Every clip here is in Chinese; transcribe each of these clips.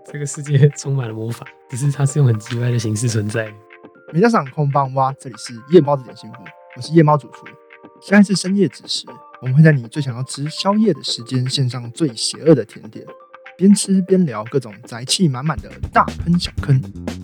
这个世界充满了魔法，只是它是用很奇怪的形式存在。 皆さんこんばんは，这里是夜猫子点心部，我是夜猫主厨。现在是深夜子时，我们会在你最想要吃宵夜的时间，献上最邪恶的甜点，边吃边聊各种宅气满满的大坑小坑。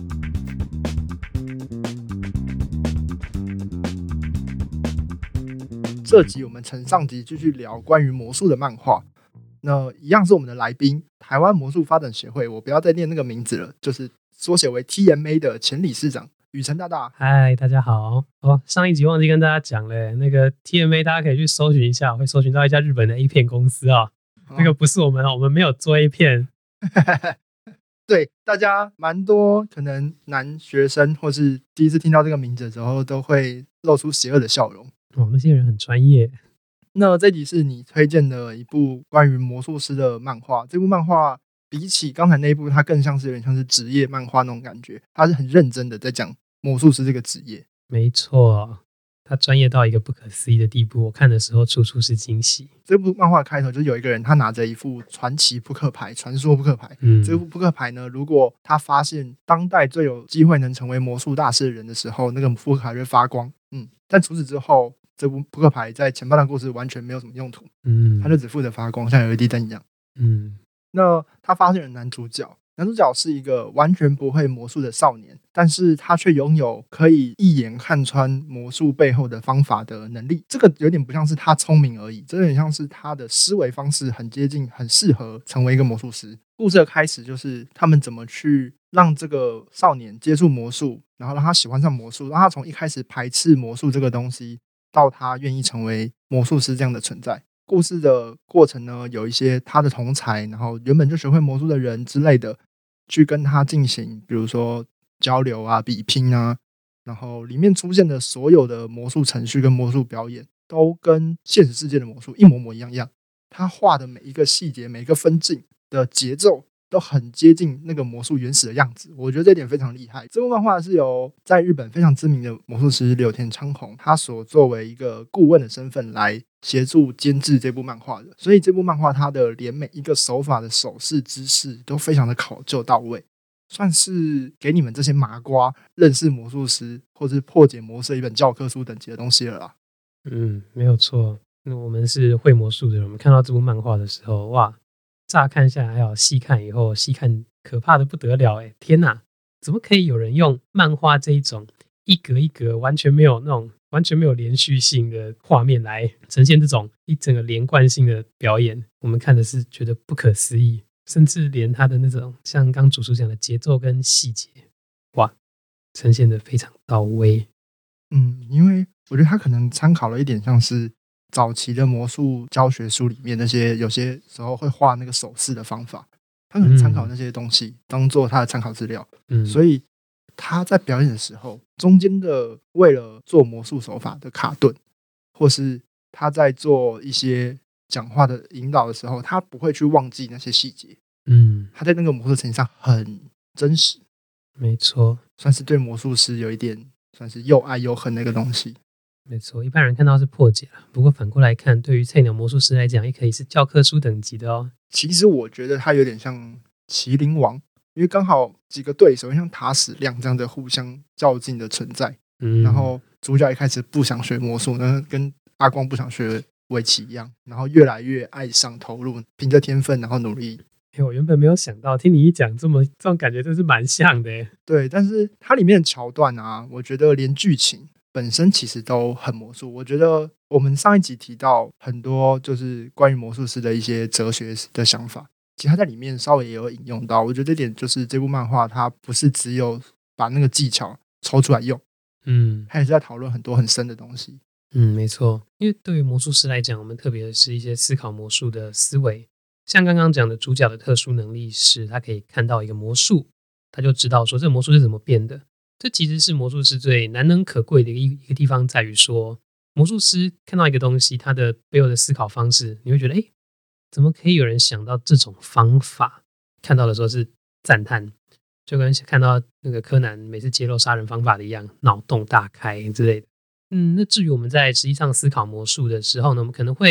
这集我们承上集继续聊关于魔术的漫画。那一样是我们的来宾，台湾魔术发展协会，我不要再念那个名字了，就是缩写为 TMA 的前理事长宇辰大大。 嗨，大家好。上一集忘记跟大家讲了，那个 TMA 大家可以去搜寻一下，会搜寻到一家日本的 A 片公司啊。那个不是我们我们没有做 A 片。 对，大家蛮多可能男学生或是第一次听到这个名字的时候，都会露出邪恶的笑容。 那些人很专业。 那这集是你推荐的一部关于魔术师的漫画，这部漫画比起刚才那一部，它更像是有点像是职业漫画那种感觉，它是很认真的在讲魔术师这个职业。 没错，他专业到一个不可思议的地步，我看的时候处处是惊喜。 这部漫画开头就是有一个人，他拿着一副传奇扑克牌，传说扑克牌。这副扑克牌呢，如果他发现当代最有机会能成为魔术大师的人的时候，那个扑克牌会发光。但除此之后，这部扑克牌在前半段故事完全没有什么用途。他就只负责发光，像 LED 灯一样。那他发现了男主角是一个完全不会魔术的少年，但是他却拥有可以一眼看穿魔术背后的方法的能力。这个有点不像是他聪明而已，这有点像是他的思维方式很接近，很适合成为一个魔术师。故事的开始就是他们怎么去让这个少年接触魔术，然后让他喜欢上魔术，让他从一开始排斥魔术这个东西，到他愿意成为魔术师这样的存在。故事的过程呢，有一些他的同才，然后原本就学会魔术的人之类的，去跟他进行比如说交流啊、比拼啊，然后里面出现的所有的魔术程序跟魔术表演都跟现实世界的魔术一模模一样。他画的每一个细节、每一个分镜的节奏都很接近那个魔术原始的样子，我觉得这点非常厉害。这部漫画是由在日本非常知名的魔术师柳田昌宏，他所作为一个顾问的身份来协助监制这部漫画的，所以这部漫画它的连每一个手法的手势姿势都非常的考究到位，算是给你们这些麻瓜认识魔术师或是破解魔术一本教科书等级的东西了啦。 没有错。我们是会魔术的人，我们看到这部漫画的时候，哇，乍看下来还有细看以后，细看可怕的不得了。天哪，怎么可以有人用漫画这一种一格一格完全没有连续性的画面来呈现这种一整个连贯性的表演？我们看的是觉得不可思议，甚至连他的那种像刚主厨讲的节奏跟细节，哇，呈现的非常到位。 因为我觉得他可能参考了一点像是早期的魔术教学书里面那些有些时候会画那个手势的方法，他可能参考那些东西当做他的参考资料。所以他在表演的时候，中间的为了做魔术手法的卡顿，或是他在做一些讲话的引导的时候，他不会去忘记那些细节。他在那个魔术呈现上很真实。 没错， 算是对魔术师有一点算是又爱又恨的一个东西。 没错，一般人看到是破解了，不过反过来看，对于菜鸟魔术师来讲，也可以是教科书等级的哦。 其实我觉得他有点像麒麟王，因为刚好几个对手像塔矢亮这样的互相较劲的存在。然后主角一开始不想学魔术，跟阿光不想学围棋一样，然后越来越爱上投入，凭着天分然后努力。 我原本没有想到，听你一讲这种感觉真是蛮像的耶。 对，但是它里面的桥段啊，我觉得连剧情本身其实都很魔术。我觉得我们上一集提到很多就是关于魔术师的一些哲学的想法，其实他在里面稍微也有引用到。我觉得这点就是这部漫画它不是只有把那个技巧抽出来用，他也是在讨论很多很深的东西。 没错，因为对于魔术师来讲，我们特别的是一些思考魔术的思维。像刚刚讲的主角的特殊能力是他可以看到一个魔术，他就知道说这个魔术是怎么变的。这其实是魔术师最难能可贵的一个地方，在于说魔术师看到一个东西，他的背后的思考方式，你会觉得怎么可以有人想到这种方法？看到的时候是赞叹，就跟看到那个柯南每次揭露杀人方法的一样，脑洞大开之类的。那至于我们在实际上思考魔术的时候呢，我们可能会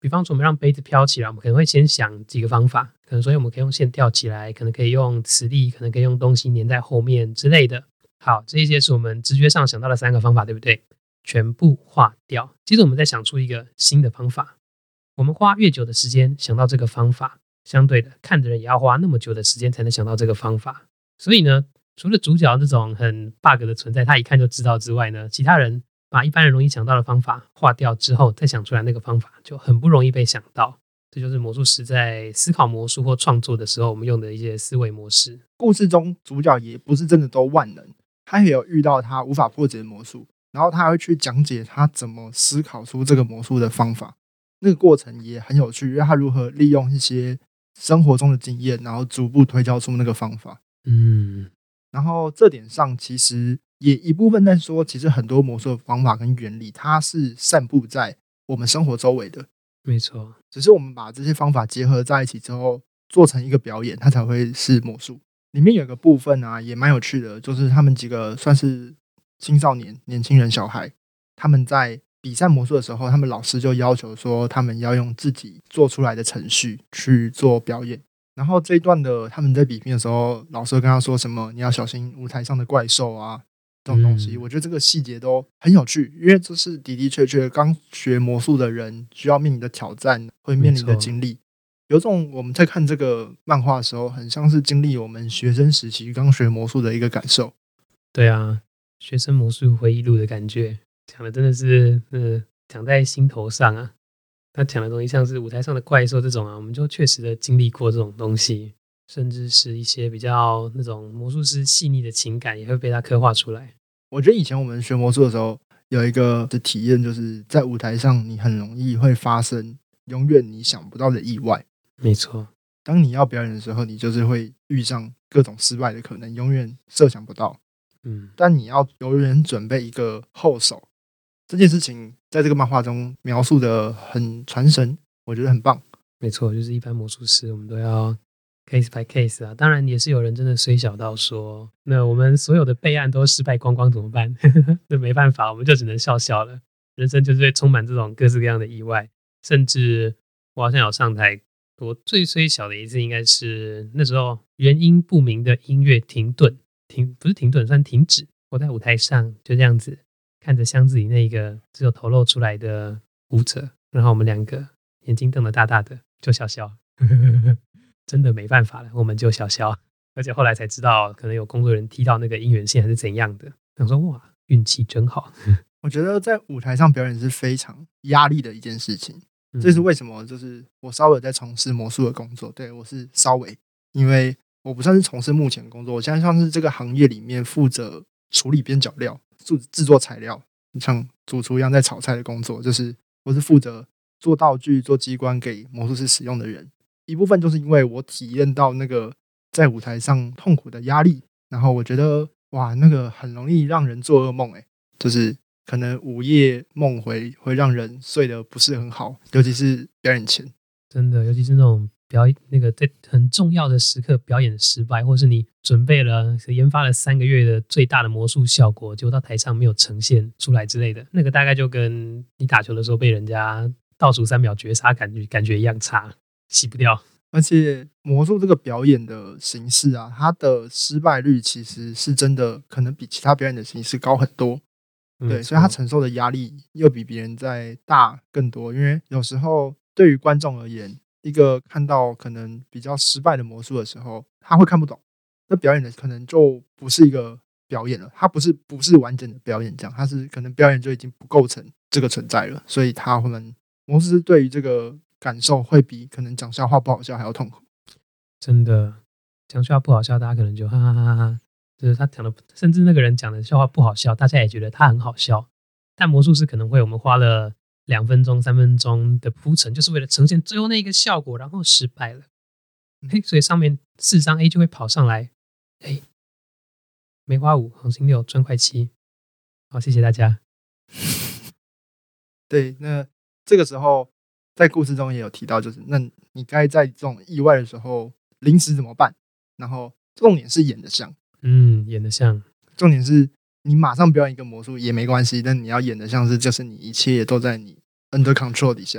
比方说我们让杯子飘起来，我们可能会先想几个方法，可能说我们可以用线吊起来，可能可以用磁力，可能可以用东西粘在后面之类的。好，这些是我们直觉上想到的3个方法，对不对？全部划掉。接着我们再想出一个新的方法。我们花越久的时间想到这个方法，相对的看的人也要花那么久的时间才能想到这个方法。所以呢，除了主角这种很 bug 的存在，他一看就知道之外呢，其他人把一般人容易想到的方法划掉之后，再想出来那个方法就很不容易被想到。这就是魔术师在思考魔术或创作的时候，我们用的一些思维模式。 故事中主角也不是真的都万能，他也有遇到他无法破解的魔术，然后他会去讲解他怎么思考出这个魔术的方法。那个过程也很有趣，因为他如何利用一些生活中的经验，然后逐步推敲出那个方法。然后这点上其实也一部分在说，其实很多魔术的方法跟原理，它是散布在我们生活周围的。 没错， 只是我们把这些方法结合在一起之后，做成一个表演，它才会是魔术。里面有个部分啊，也蛮有趣的，就是他们几个算是青少年、年轻人、小孩，他们在比赛魔术的时候，他们老师就要求说，他们要用自己做出来的程序去做表演。然后这一段的他们在比拼的时候，老师跟他说什么，你要小心舞台上的怪兽啊，这种东西。我觉得这个细节都很有趣，因为这是的的确确刚学魔术的人需要面临的挑战，会面临的经历。有种我们在看这个漫画的时候，很像是经历我们学生时期刚学魔术的一个感受。 对啊，学生魔术回忆录的感觉，讲的真的是讲在心头上啊。他讲的东西像是舞台上的怪兽这种啊，我们就确实的经历过这种东西，甚至是一些比较那种魔术师细腻的情感也会被他刻画出来。 我觉得以前我们学魔术的时候，有一个的体验，就是在舞台上你很容易会发生永远你想不到的意外。 没错， 当你要表演的时候，你就是会遇上各种失败的可能，永远设想不到。但你要永远准备一个后手，这件事情在这个漫画中描述的很传神，我觉得很棒。 没错，就是一般魔术师我们都要 case by case 啊。当然也是有人真的衰小到说，那我们所有的备案都失败光光怎么办？那没办法，我们就只能笑笑了。人生就是会充满这种各式各样的意外，甚至我好像有上台，我最衰小的一次应该是那时候原因不明的音乐停顿，不是停顿，算停止。我在舞台上就这样子看着箱子里那个只有头露出来的舞者，然后我们2个眼睛瞪得大大的，就笑笑。真的没办法了，我们就笑笑。而且后来才知道，可能有工作人员踢到那个音源线还是怎样的。想说哇，运气真好。 我觉得在舞台上表演是非常压力的一件事情。这是为什么？就是我稍微在从事魔术的工作，对，我是稍微，因为我不算是从事目前的工作，我现在算是这个行业里面负责处理边角料、制作材料，像主厨一样在炒菜的工作，就是我是负责做道具、做机关给魔术师使用的人。一部分就是因为我体验到那个在舞台上痛苦的压力，然后我觉得哇，那个很容易让人做噩梦，就是可能午夜梦回会让人睡得不是很好，尤其是表演前。 真的，尤其是那种那个在很重要的时刻表演失败，或是你准备了研发了3个月的最大的魔术效果，结果到台上没有呈现出来之类的，那个大概就跟你打球的时候被人家倒数3秒绝杀感觉一样差，洗不掉。 而且魔术这个表演的形式啊，它的失败率其实是真的可能比其他表演的形式高很多。对，所以他承受的压力又比别人再大更多。因为有时候对于观众而言，一个看到可能比较失败的魔术的时候，他会看不懂，那表演的可能就不是一个表演了，它不是完整的表演，这样，它是可能表演就已经不构成这个存在了。所以他们魔术师对于这个感受会比可能讲笑话不好笑还要痛苦。 真的，讲笑话不好笑，大家可能就哈哈哈哈。就是他讲的，甚至那个人讲的笑话不好笑，大家也觉得他很好笑。但魔术师可能会，我们花了2分钟、3分钟的铺陈，就是为了呈现最后那个效果，然后失败了。所以上面4张 A 就会跑上来，梅花5，红心6，砖块7。好，谢谢大家。 对，那这个时候在故事中也有提到，就是那你该在这种意外的时候临时怎么办？然后重点是演得像。 演得像。 重点是你马上表演一个魔术也没关系，但你要演得像是就是你一切都在你 under control 底下。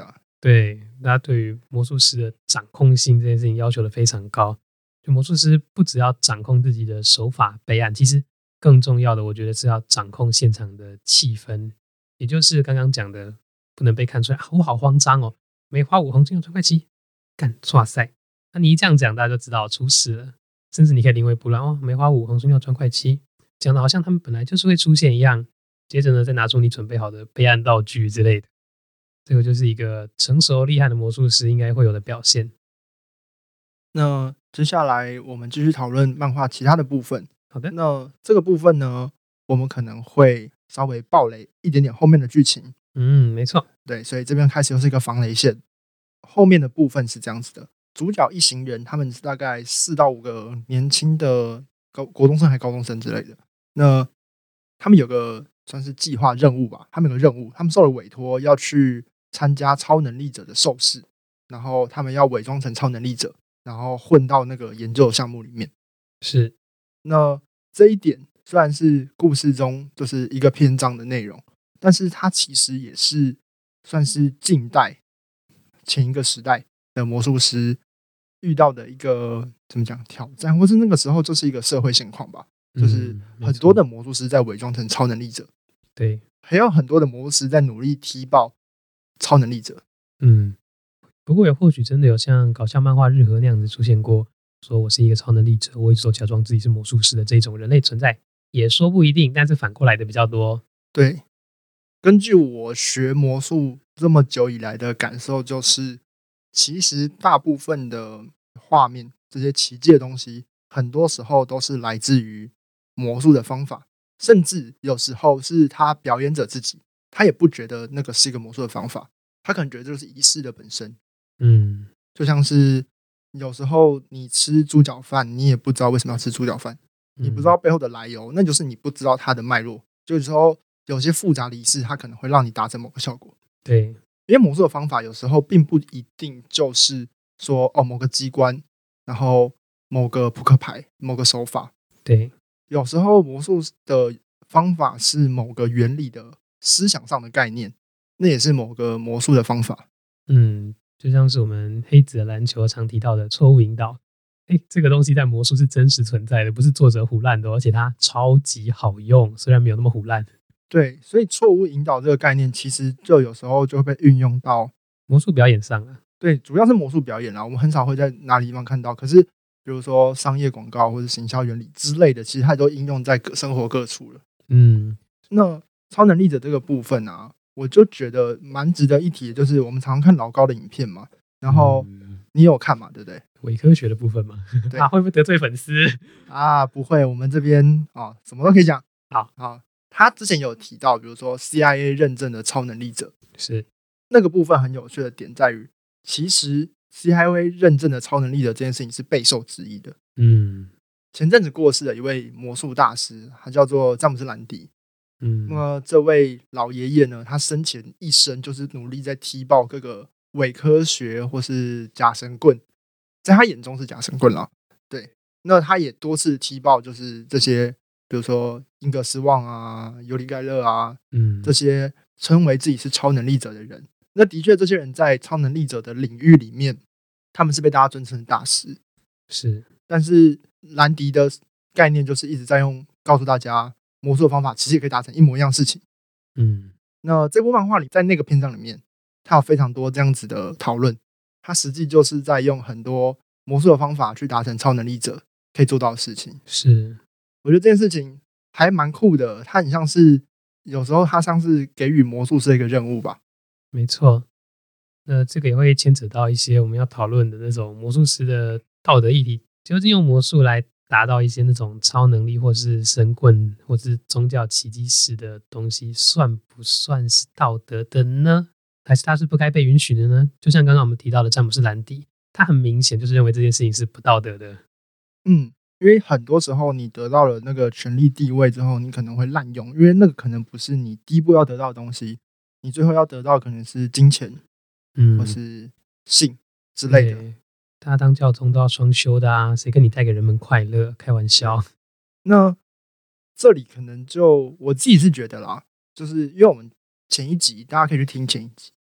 对，大家对于魔术师的掌控性这件事情要求的非常高。就魔术师不只要掌控自己的手法备案，其实更重要的，我觉得是要掌控现场的气氛，也就是刚刚讲的，不能被看出来我好慌张哦，梅花五红金六川快七，干哇塞！那你一这样讲，大家就知道出事了。甚至你可以临危不乱哦，梅花五红金六川快七，讲的好像他们本来就是会出现一样。接着呢，再拿出你准备好的备案道具之类的，这个就是一个成熟厉害的魔术师应该会有的表现。 那接下来我们继续讨论漫画其他的部分。 好的， 那这个部分呢，我们可能会稍微爆雷一点点后面的剧情。 没错， 对，所以这边开始又是一个防雷线。后面的部分是这样子的：主角一行人，他们是大概4到5个年轻的国中生还高中生之类的。那他们有个算是计划任务吧，他们有个任务，他们受了委托要去参加超能力者的受试，然后他们要伪装成超能力者，然后混到那个研究项目里面。 是。 那这一点虽然是故事中就是一个篇章的内容，但是它其实也是算是近代前一个时代的魔术师遇到的一个怎么讲挑战，或是那个时候就是一个社会现况吧。就是很多的魔术师在伪装成超能力者， 对， 还有很多的魔术师在努力踢爆超能力者。 不过也或许真的有像搞笑漫画日和那样子出现过，说我是一个超能力者，我一直都假装自己是魔术师的这种人类存在，也说不一定，但是反过来的比较多。 对，根据我学魔术这么久以来的感受，就是其实大部分的画面这些奇迹的东西，很多时候都是来自于魔术的方法，甚至有时候是他表演者自己，他也不觉得那个是一个魔术的方法，他可能觉得这就是仪式的本身。就像是有时候你吃猪脚饭，你也不知道为什么要吃猪脚饭，你不知道背后的来由，那就是你不知道它的脉络。就有时候有些复杂的仪式，它可能会让你达成某个效果。 对， 因为魔术的方法有时候并不一定就是说某个机关，然后某个扑克牌，某个手法。 对， 有时候魔术的方法是某个原理的思想上的概念，那也是某个魔术的方法。 就像是我们黑子的篮球常提到的错误引导，这个东西在魔术是真实存在的，不是作者唬烂的，而且它超级好用，虽然没有那么唬烂。 对，所以错误引导这个概念，其实就有时候就会被运用到魔术表演上了。 对，主要是魔术表演啦，我们很少会在哪里地方看到。可是，比如说商业广告或者行销原理之类的，其实它都应用在生活各处了。那超能力者这个部分啊，我就觉得蛮值得一提的，就是我们常常看老高的影片嘛，然后你有看嘛，对不对？ 伪科学的部分嘛，对会不会得罪粉丝啊？不会，我们这边什么都可以讲。 好， 他之前有提到，比如说 CIA 认证的超能力者， 是那个部分很有趣的点在于，其实 CIA 认证的超能力者这件事情是备受质疑的。前阵子过世的一位魔术大师，他叫做詹姆斯·兰迪。那么这位老爷爷呢，他生前一生就是努力在踢爆各个伪科学或是假神棍，在他眼中是假神棍啦。对，那他也多次踢爆，就是这些，比如说英格斯旺啊、尤里盖勒啊，这些称为自己是超能力者的人。那的确，这些人在超能力者的领域里面，他们是被大家尊称的大师。 是， 但是兰迪的概念就是一直在告诉大家，魔术的方法其实也可以达成一模一样的事情。那这部漫画里，在那个篇章里面，它有非常多这样子的讨论。它实际就是在用很多魔术的方法去达成超能力者可以做到的事情。 是， 我觉得这件事情还蛮酷的。它很像是有时候它像是给予魔术师一个任务吧。 没错。那这个也会牵扯到一些我们要讨论的那种魔术师的道德议题，究竟用魔术来达到一些那种超能力或是神棍或是宗教奇迹式的东西，算不算是道德的呢？还是它是不该被允许的呢？就像刚刚我们提到的詹姆斯·兰迪，他很明显就是认为这件事情是不道德的。 因为很多时候你得到了那个权力地位之后，你可能会滥用，因为那个可能不是你第一步要得到的东西，你最后要得到可能是金钱，或是性之类的。 大家当教宗都要双修的啊，谁跟你带给人们快乐？开玩笑。 那这里可能就我自己是觉得啦，就是因为我们前一集大家可以去听前一集，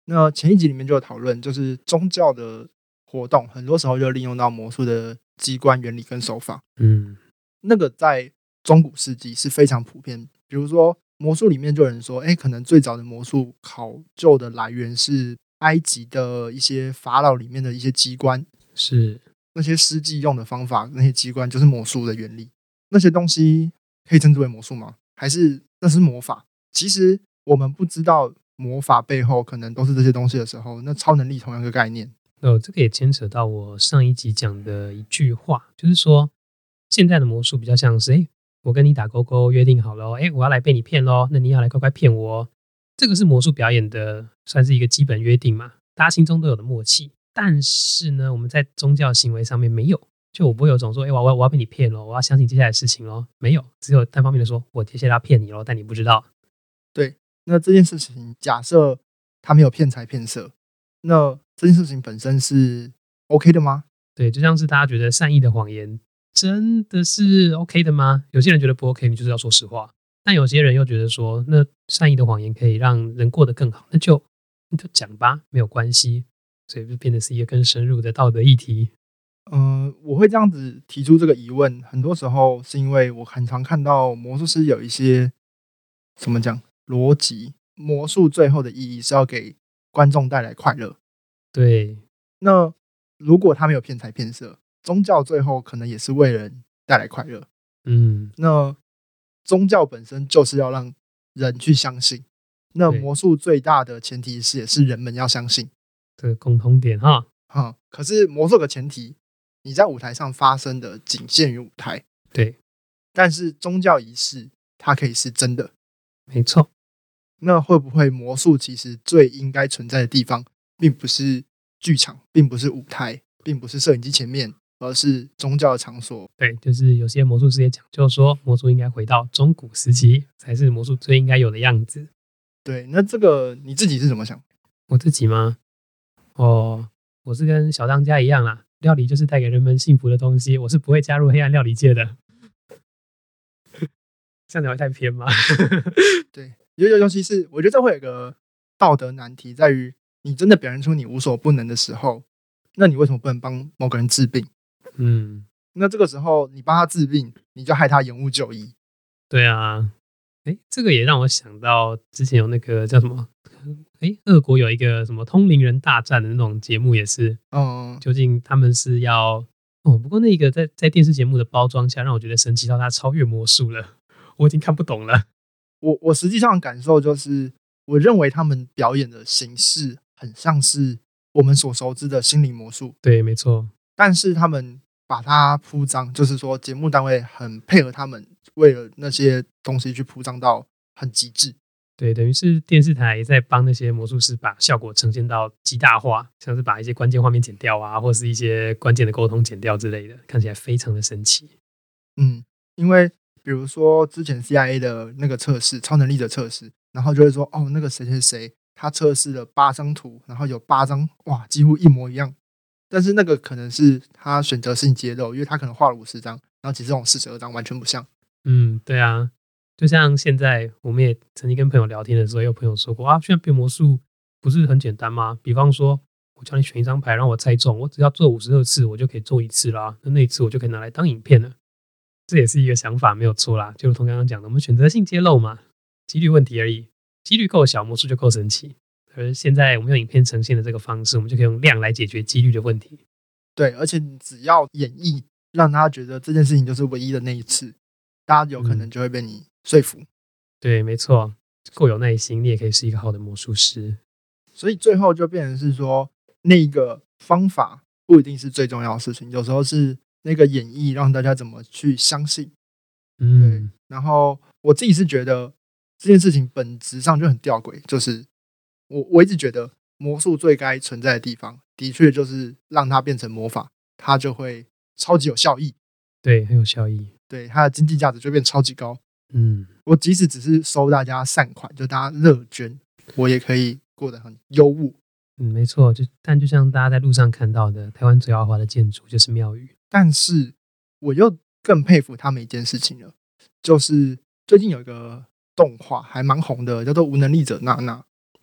那前一集里面就有讨论，就是宗教的活动很多时候就利用到魔术的机关原理跟手法。那个在中古世纪是非常普遍。比如说魔术里面就有人说，可能最早的魔术考究的来源是埃及的一些法老里面的一些机关， 是那些施祭用的方法，那些机关就是魔术的原理。那些东西可以称之为魔术吗？还是那是魔法？其实我们不知道魔法背后可能都是这些东西的时候，那超能力同样的概念。 这个也牵扯到我上一集讲的一句话，就是说现在的魔术比较像是我跟你打勾勾约定好了我要来被你骗咯，那你要来乖乖骗我哦。这个是魔术表演的算是一个基本约定嘛，大家心中都有的默契。但是呢，我们在宗教行为上面没有，就我不会有种说我要被你骗咯，我要相信接下来的事情咯，没有，只有单方面的说我接下来要骗你咯，但你不知道。 对，那这件事情假设他没有骗财骗色，那这件事情本身是 OK 的吗？ 对，就像是大家觉得善意的谎言真的是 OK 的吗？有些人觉得不 OK，你就是要说实话。但有些人又觉得说，那善意的谎言可以让人过得更好，那就讲吧，没有关系。所以就变得是一个更深入的道德议题。 我会这样子提出这个疑问，很多时候是因为我很常看到魔术师有一些怎么讲逻辑，魔术最后的意义是要给观众带来快乐。 对， 那如果他没有骗财骗色，宗教最后可能也是为人带来快乐。那宗教本身就是要让人去相信，那魔术最大的前提是也是人们要相信。 这个共同点哈。 可是魔术的前提，你在舞台上发生的仅限于舞台。 对， 但是宗教仪式它可以是真的。 没错。 那会不会魔术其实最应该存在的地方，并不是剧场，并不是舞台，并不是摄影机前面，而是宗教的场所？ 对，就是有些魔术师也讲究说，魔术应该回到中古时期，才是魔术最应该有的样子。 对，那这个你自己是怎么想？我自己吗？我是跟小当家一样啦，料理就是带给人们幸福的东西，我是不会加入黑暗料理界的。这样讲会太偏吗？ 对，尤其是我觉得这会有一个道德难题，在于你真的表现出你无所不能的时候，那你为什么不能帮某个人治病？那这个时候你帮他治病，你就害他延误就医。 对啊，这个也让我想到之前有那个叫什么？俄国有一个什么通灵人大战的那种节目也是，究竟他们是要不过那个在电视节目的包装下，让我觉得神奇到它超越魔术了，我已经看不懂了。 我实际上的感受就是，我认为他们表演的形式很像是我们所熟知的心灵魔术。 对，没错。 但是他们把它铺张，就是说节目单位很配合他们，为了那些东西去铺张到很极致。 对，等于是电视台也在帮那些魔术师把效果呈现到极大化，像是把一些关键画面剪掉啊，或是一些关键的沟通剪掉之类的，看起来非常的神奇。 因为比如说之前 CIA 的那个测试，超能力的测试，然后就会说那个谁谁谁他测试了8张图，然后有8张哇几乎一模一样，但是那个可能是他选择性揭露，因为他可能画了50张，然后其实这种42张完全不像。 对啊。就像现在我们也曾经跟朋友聊天的时候，有朋友说过现在变魔术不是很简单吗？比方说我叫你选一张牌让我猜中，我只要做52次我就可以做1次啦，那一次我就可以拿来当影片了。这也是一个想法，没有错啦，就如同刚刚讲的，我们选择性揭露嘛，几率问题而已，几率够小魔术就够神奇。而现在我们用影片呈现的这个方式，我们就可以用量来解决几率的问题。 对，而且你只要演绎让他觉得这件事情就是唯一的那一次，大家有可能就会被你说服。 对，没错，够有耐心，你也可以是一个好的魔术师。 所以最后就变成是说，那个方法不一定是最重要的事情，有时候是那个演绎让大家怎么去相信。对。然后我自己是觉得这件事情本质上就很吊诡，就是我一直觉得魔术最该存在的地方，的确就是让它变成魔法，它就会超级有效益。 对，很有效益。 对，它的经济价值就变超级高。我即使只是收大家善款，就大家乐捐，我也可以过得很优渥。 没错，但就像大家在路上看到的，台湾最豪华的建筑就是庙宇。 但是我又更佩服他们一件事情了，就是最近有一个动画还蛮红的，叫做《无能力者娜娜》。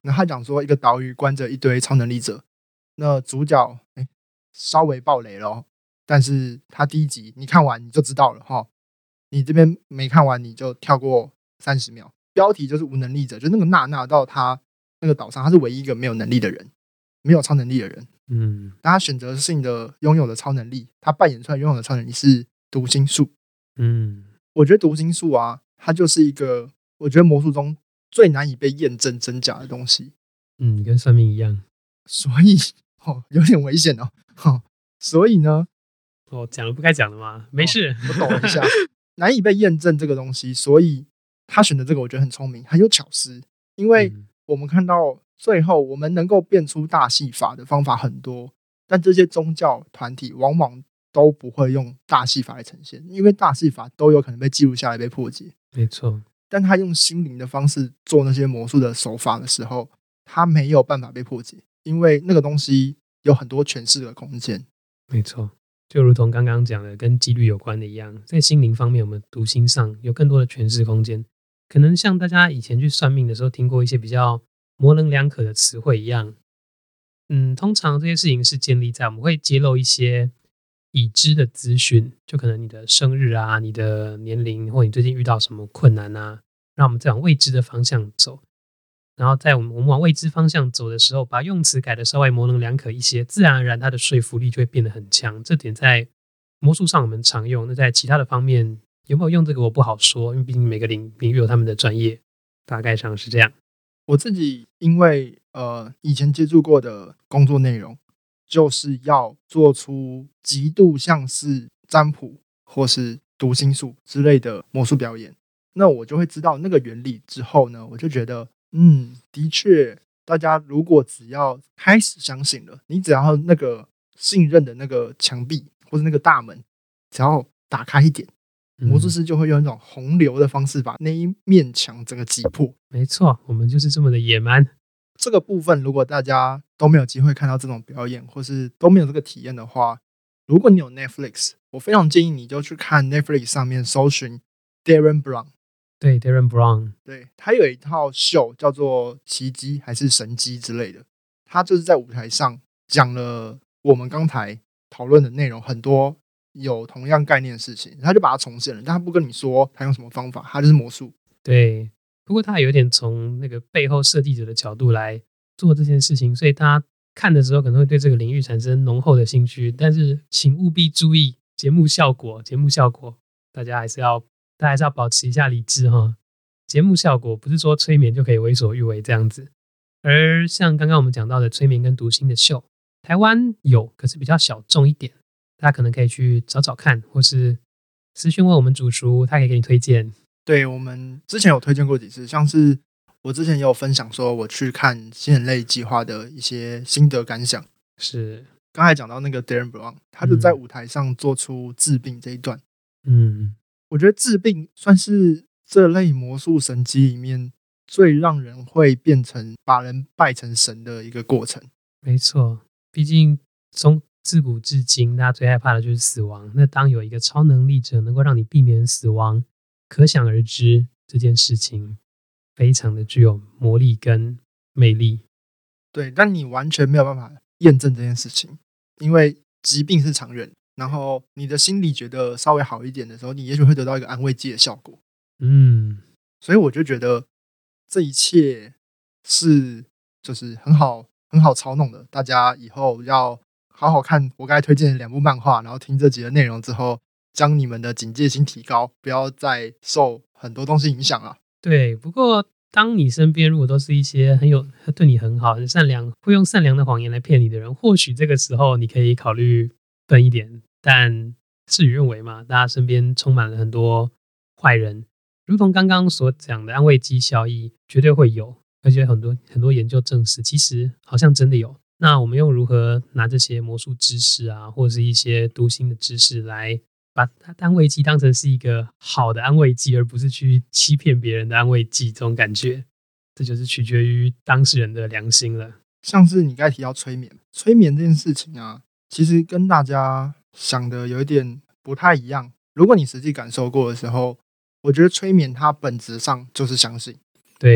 那他讲说一个岛屿关着一堆超能力者，那主角稍微爆雷了，但是他第一集你看完你就知道了哈，你这边没看完你就跳过30秒。标题就是无能力者，就那个娜娜到他那个岛上，他是唯一一个没有能力的人，没有超能力的人。但他选择性的拥有的超能力，他扮演出来拥有的超能力是读心术。我觉得读心术啊，它就是一个我觉得魔术中最难以被验证真假的东西。 跟算命一样。 所以有点危险哦。所以呢， 讲了不该讲的吗？没事， 我抖了一下，难以被验证这个东西，所以他选的这个我觉得很聪明，很有巧思。因为我们看到最后，我们能够变出大戏法的方法很多，但这些宗教团体往往都不会用大戏法来呈现，因为大戏法都有可能被记录下来被破解。 没错， 但他用心灵的方式做那些魔术的手法的时候，他没有办法被破解，因为那个东西有很多诠释的空间。 没错，就如同刚刚讲的跟几率有关的一样，在心灵方面我们读心上有更多的诠释空间。可能像大家以前去算命的时候听过一些比较模棱两可的词汇一样，通常这些事情是建立在我们会揭露一些已知的资讯，就可能你的生日啊、你的年龄，或你最近遇到什么困难啊，让我们再往未知的方向走。然后在我们往未知方向走的时候，把用词改的稍微模棱两可一些，自然而然它的说服力就会变得很强。这点在魔术上我们常用，那在其他的方面有没有用这个我不好说，因为毕竟每个领域有他们的专业，大概上是这样。 我自己因为以前接触过的工作内容，就是要做出极度像是占卜或是读心术之类的魔术表演，那我就会知道那个原理之后呢，我就觉得的确，大家如果只要开始相信了，你只要那个信任的那个墙壁或是那个大门，只要打开一点，魔术师就会用一种洪流的方式把那一面墙整个击破。 没错，我们就是这么的野蛮。 这个部分如果大家都没有机会看到这种表演，或是都没有这个体验的话，如果你有 Netflix， 我非常建议你就去看 Netflix 上面搜寻 Darren Brown。 对， Darren Brown， 对，他有一套秀叫做奇迹还是神迹之类的，他就是在舞台上讲了我们刚才讨论的内容，很多有同样概念的事情，他就把它重现了，但他不跟你说他用什么方法，他就是魔术。 对，不过他有点从那个背后设计者的角度来做这件事情，所以大家看的时候可能会对这个领域产生浓厚的兴趣，但是请务必注意节目效果，大家还是要保持一下理智哈。节目效果不是说催眠就可以为所欲为这样子。而像刚刚我们讲到的催眠跟读心的秀，台湾有，可是比较小众一点，大家可能可以去找找看，或是私讯问我们主厨，他可以给你推荐。 对，我们之前有推荐过几次，像是我之前也有分享说我去看新人类计划的一些心得感想。 是刚才讲到那个 Darren Brown， 他就在舞台上做出治病这一段。我觉得治病算是这类魔术神迹里面最让人会变成把人拜成神的一个过程。 没错，毕竟从自古至今大家最害怕的就是死亡，那当有一个超能力者能够让你避免死亡，可想而知这件事情非常的具有魔力跟魅力。 对，但你完全没有办法验证这件事情，因为疾病是常人，然后你的心里觉得稍微好一点的时候，你也许会得到一个安慰剂的效果。所以我就觉得这一切是就是很好操弄的，大家以后要好好看我刚才推荐的2部漫画，然后听这集的内容之后，将你们的警戒心提高，不要再受很多东西影响了。 对，不过当你身边如果都是一些对你很好、很善良、会用善良的谎言来骗你的人，或许这个时候你可以考虑笨一点。但事与愿违嘛，大家身边充满了很多坏人，如同刚刚所讲的安慰剂效益绝对会有，而且很多研究证实，其实好像真的有。那我们用如何拿这些魔术知识啊，或者是一些读心的知识来把安慰剂当成是一个好的安慰剂，而不是去欺骗别人的安慰剂，这种感觉，这就是取决于当事人的良心了。 像是你刚才提到催眠这件事情啊，其实跟大家想的有一点不太一样。如果你实际感受过的时候，我觉得催眠它本质上就是相信。 对，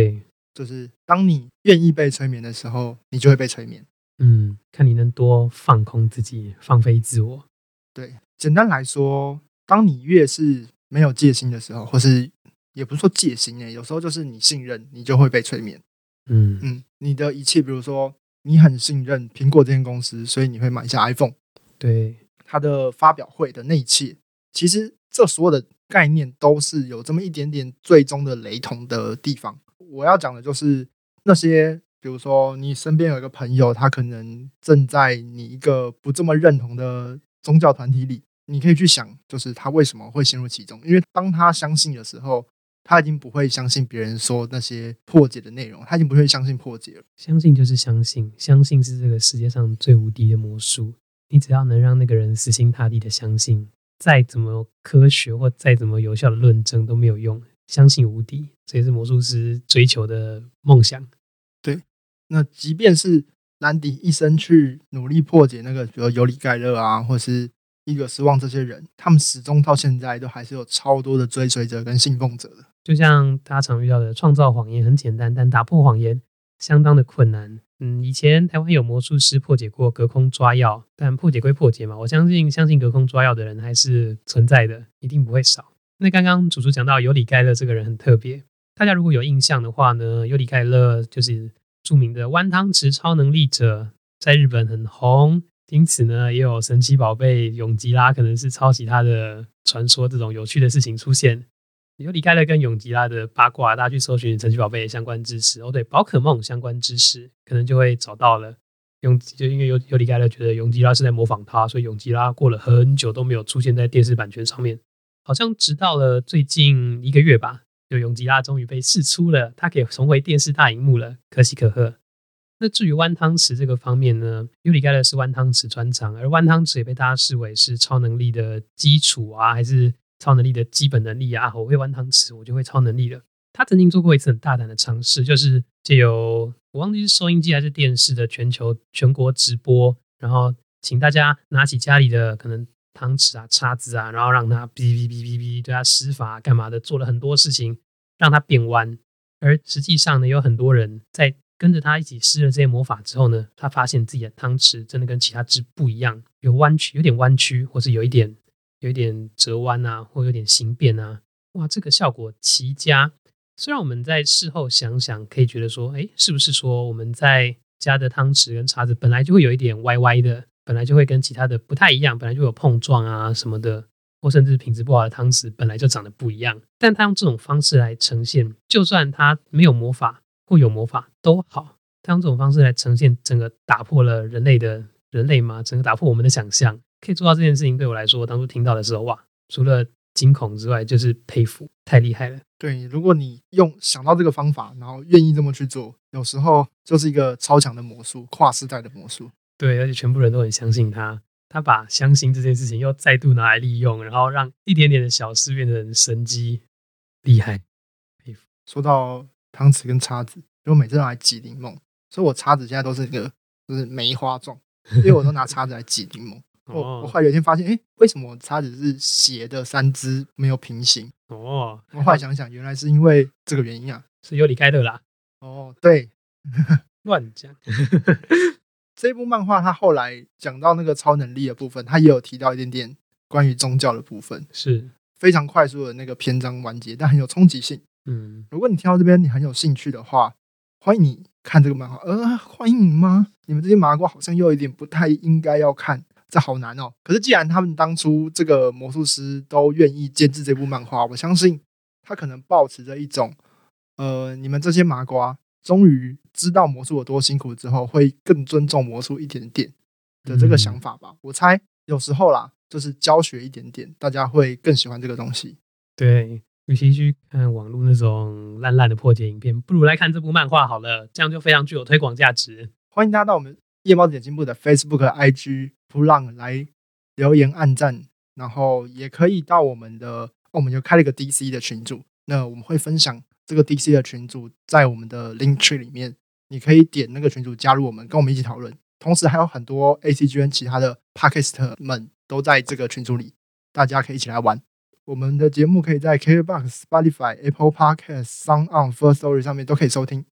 就是当你愿意被催眠的时候，你就会被催眠。 看你能多放空自己，放飞自我。 对，简单来说，当你越是没有戒心的时候，或是也不是说戒心有时候就是你信任，你就会被催眠。你的一切，比如说你很信任苹果这间公司，所以你会买下 iPhone。 对， 它的发表会的那一切，其实这所有的概念都是有这么一点点最终的雷同的地方。我要讲的就是那些，比如说你身边有一个朋友，他可能正在你一个不这么认同的宗教团体里，你可以去想，就是他为什么会陷入其中。因为当他相信的时候，他已经不会相信别人说那些破解的内容，他已经不会相信破解了。 相信就是相信，相信是这个世界上最无敌的魔术。你只要能让那个人死心塌地的相信，再怎么科学或再怎么有效的论证都没有用，相信无敌，这也是魔术师追求的梦想。 对，那即便是兰迪一生去努力破解那个，比如尤里盖勒啊，或是伊格斯旺这些人，他们始终到现在都还是有超多的追随者跟信奉者的。 就像大家常遇到的，创造谎言很简单，但打破谎言相当的困难。以前台湾有魔术师破解过隔空抓药，但破解归破解嘛，我相信隔空抓药的人还是存在的，一定不会少。那刚刚主厨讲到尤里盖勒这个人很特别，大家如果有印象的话呢，尤里盖勒就是著名的弯汤匙超能力者，在日本很红，因此呢也有神奇宝贝永吉拉可能是抄袭他的传说这种有趣的事情出现。尤里盖勒跟永吉拉的八卦，大家去搜寻神奇宝贝相关知识，对，宝可梦相关知识，可能就会找到了。就因为尤里盖勒觉得永吉拉是在模仿他，所以永吉拉过了很久都没有出现在电视版权上面，好像直到了最近1个月吧，就永吉拉终于被释出了，他可以重回电视大荧幕了，可喜可贺。那至于弯汤匙这个方面呢，尤里盖勒是弯汤匙专长，而弯汤匙也被大家视为是超能力的基础啊，还是超能力的基本能力啊，我会弯汤匙，我就会超能力了。他曾经做过一次很大胆的尝试，就是借由我忘记是收音机还是电视的全国直播，然后请大家拿起家里的可能汤匙啊、叉子啊，然后让他哔哔哔哔哔对他施法干嘛的，做了很多事情让他变弯。而实际上呢，有很多人在跟着他一起施了这些魔法之后呢，他发现自己的汤匙真的跟其他只不一样，有点弯曲，或是有一点折弯啊，或有点形变啊，哇，这个效果奇佳。虽然我们在事后想想，可以觉得说，是不是说我们在家的汤匙跟叉子本来就会有一点歪歪的，本来就会跟其他的不太一样，本来就有碰撞啊什么的，或甚至品质不好的汤匙本来就长得不一样。但他用这种方式来呈现，就算他没有魔法或有魔法都好，他用这种方式来呈现，整个打破了人类嘛，整个打破我们的想象。可以做到这件事情，对我来说，当初听到的时候，哇，除了惊恐之外，就是佩服，太厉害了。 对，如果你想到这个方法，然后愿意这么去做，有时候就是一个超强的魔术，跨世代的魔术。 对，而且全部人都很相信他，他把相信这件事情又再度拿来利用，然后让一点点的小事变成神迹，厉害，佩服。 说到汤匙跟叉子，我每次都来挤柠檬，所以我叉子现在都是一个就是梅花状，因为我都拿叉子来挤柠檬。我后来有一天发现，为什么叉子是斜的3支没有平行？我后来想想，原来是因为这个原因啊， 是尤里盖勒啦。 对， 乱讲。 这部漫画他后来讲到那个超能力的部分，他也有提到一点点关于宗教的部分， 是非常快速的那个篇章完结，但很有冲击性。如果你听到这边你很有兴趣的话，欢迎你看这个漫画。欢迎你吗？你们这些麻瓜好像又有一点不太应该要看。这好难哦！可是既然他们当初这个魔术师都愿意监制这部漫画，我相信他可能抱持着一种，你们这些麻瓜终于知道魔术有多辛苦之后，会更尊重魔术一点点的这个想法吧。我猜有时候啦，就是教学一点点，大家会更喜欢这个东西。 对，与其去看网络那种烂烂的破解影片，不如来看这部漫画好了，这样就非常具有推广价值。 欢迎大家到我们夜猫子点进步的 Facebook、IG 噗浪来留言按赞，然后也可以到我们就开了一个 DC 的群组，那我们会分享这个 DC 的群组在我们的 Linktree 里面，你可以点那个群组加入我们，跟我们一起讨论。同时还有很多 ACGN 其他的 Podcast 们都在这个群组里，大家可以一起来玩。我们的节目可以在 KKBOX、Spotify、Apple Podcast、SoundOn、Firstory 上面都可以收听。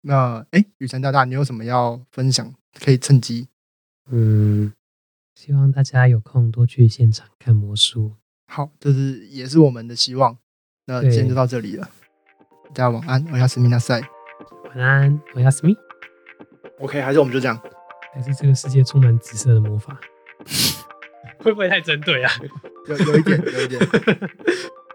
那雨辰大大，你有什么要分享？可以趁机。 希望大家有空多去现场看魔术。 好，这也是我们的希望。那今天就到这里了，大家晚安，おやすみなさい。 晚安，おやすみ。 OK， 还是我们就这样？ 还是这个世界充满紫色的魔法？会不会太针对啊？ 有一点。